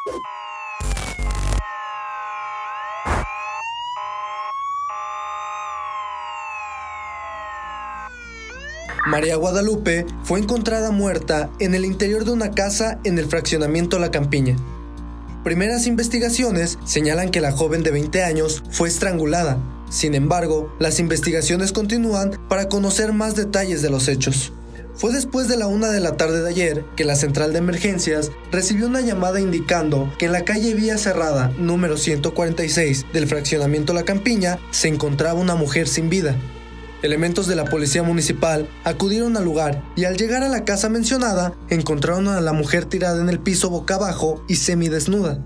María Guadalupe fue encontrada muerta en el interior de una casa en el fraccionamiento La Campiña. Primeras investigaciones señalan que la joven de 20 años fue estrangulada. Sin embargo, las investigaciones continúan para conocer más detalles de los hechos. Fue después de la 1 de la tarde de ayer que la central de emergencias recibió una llamada indicando que en la calle Vía Cerrada, número 146 del fraccionamiento La Campiña, se encontraba una mujer sin vida. Elementos de la policía municipal acudieron al lugar y al llegar a la casa mencionada, encontraron a la mujer tirada en el piso boca abajo y semidesnuda.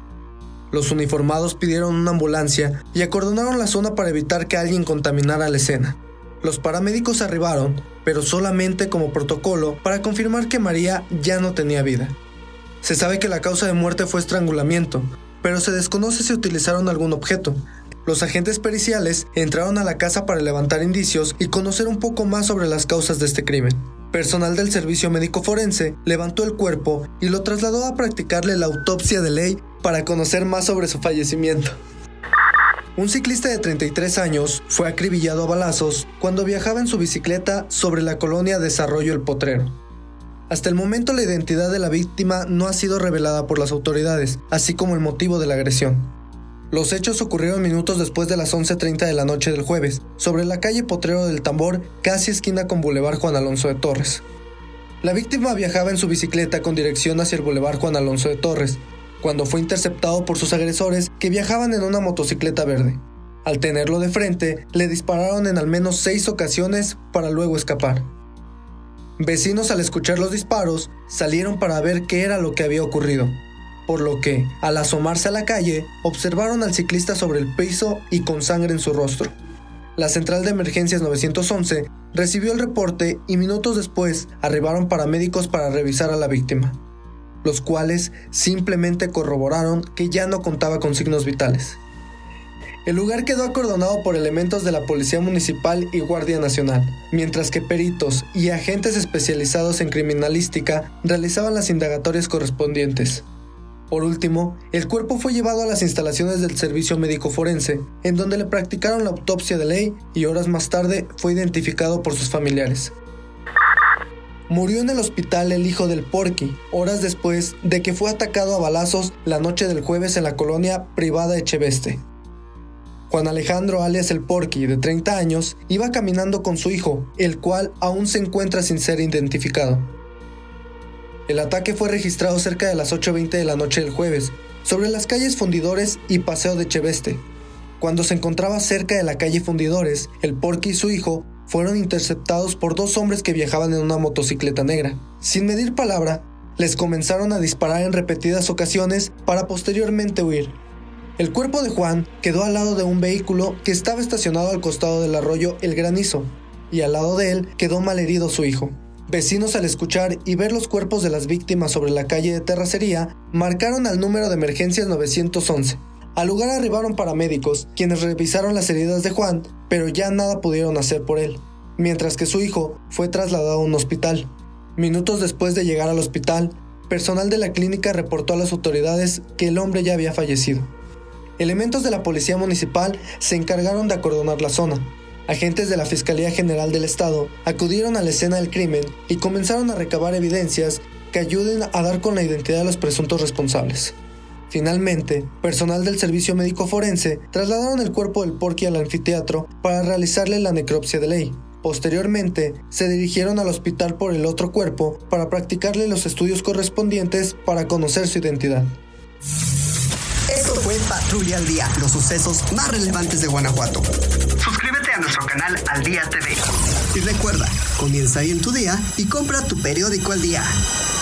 Los uniformados pidieron una ambulancia y acordonaron la zona para evitar que alguien contaminara la escena. Los paramédicos arribaron, pero solamente como protocolo para confirmar que María ya no tenía vida. Se sabe que la causa de muerte fue estrangulamiento, pero se desconoce si utilizaron algún objeto. Los agentes periciales entraron a la casa para levantar indicios y conocer un poco más sobre las causas de este crimen. Personal del servicio médico forense levantó el cuerpo y lo trasladó a practicarle la autopsia de ley para conocer más sobre su fallecimiento. Un ciclista de 33 años fue acribillado a balazos cuando viajaba en su bicicleta sobre la colonia Desarrollo El Potrero. Hasta el momento la identidad de la víctima no ha sido revelada por las autoridades, así como el motivo de la agresión. Los hechos ocurrieron minutos después de las 11:30 de la noche del jueves, sobre la calle Potrero del Tambor, casi esquina con Boulevard Juan Alonso de Torres. La víctima viajaba en su bicicleta con dirección hacia el Boulevard Juan Alonso de Torres, cuando fue interceptado por sus agresores que viajaban en una motocicleta verde. Al tenerlo de frente, le dispararon en al menos 6 ocasiones para luego escapar. Vecinos, al escuchar los disparos, salieron para ver qué era lo que había ocurrido, por lo que, al asomarse a la calle, observaron al ciclista sobre el piso y con sangre en su rostro. La central de emergencias 911 recibió el reporte y minutos después arribaron paramédicos para revisar a la víctima, los cuales simplemente corroboraron que ya no contaba con signos vitales. El lugar quedó acordonado por elementos de la Policía Municipal y Guardia Nacional, mientras que peritos y agentes especializados en criminalística realizaban las indagatorias correspondientes. Por último, el cuerpo fue llevado a las instalaciones del Servicio Médico Forense, en donde le practicaron la autopsia de ley y horas más tarde fue identificado por sus familiares. Murió en el hospital el hijo del Porky, horas después de que fue atacado a balazos la noche del jueves en la colonia privada Echeveste. Juan Alejandro, alias el Porky, de 30 años, iba caminando con su hijo, el cual aún se encuentra sin ser identificado. El ataque fue registrado cerca de las 8:20 de la noche del jueves, sobre las calles Fundidores y Paseo de Echeveste. Cuando se encontraba cerca de la calle Fundidores, el Porky y su hijo fueron interceptados por 2 hombres que viajaban en una motocicleta negra. Sin medir palabra, les comenzaron a disparar en repetidas ocasiones para posteriormente huir. El cuerpo de Juan quedó al lado de un vehículo que estaba estacionado al costado del arroyo El Granizo, y al lado de él quedó malherido su hijo. Vecinos, al escuchar y ver los cuerpos de las víctimas sobre la calle de Terracería, marcaron al número de emergencias 911. Al lugar arribaron paramédicos, quienes revisaron las heridas de Juan, pero ya nada pudieron hacer por él, mientras que su hijo fue trasladado a un hospital. Minutos después de llegar al hospital, personal de la clínica reportó a las autoridades que el hombre ya había fallecido. Elementos de la Policía Municipal se encargaron de acordonar la zona. Agentes de la Fiscalía General del Estado acudieron a la escena del crimen y comenzaron a recabar evidencias que ayuden a dar con la identidad de los presuntos responsables. Finalmente, personal del Servicio Médico Forense trasladaron el cuerpo del Porky al anfiteatro para realizarle la necropsia de ley. Posteriormente, se dirigieron al hospital por el otro cuerpo para practicarle los estudios correspondientes para conocer su identidad. Esto fue Patrulla al Día, los sucesos más relevantes de Guanajuato. Suscríbete a nuestro canal Al Día TV. Y recuerda, comienza ahí en tu día y compra tu periódico Al Día.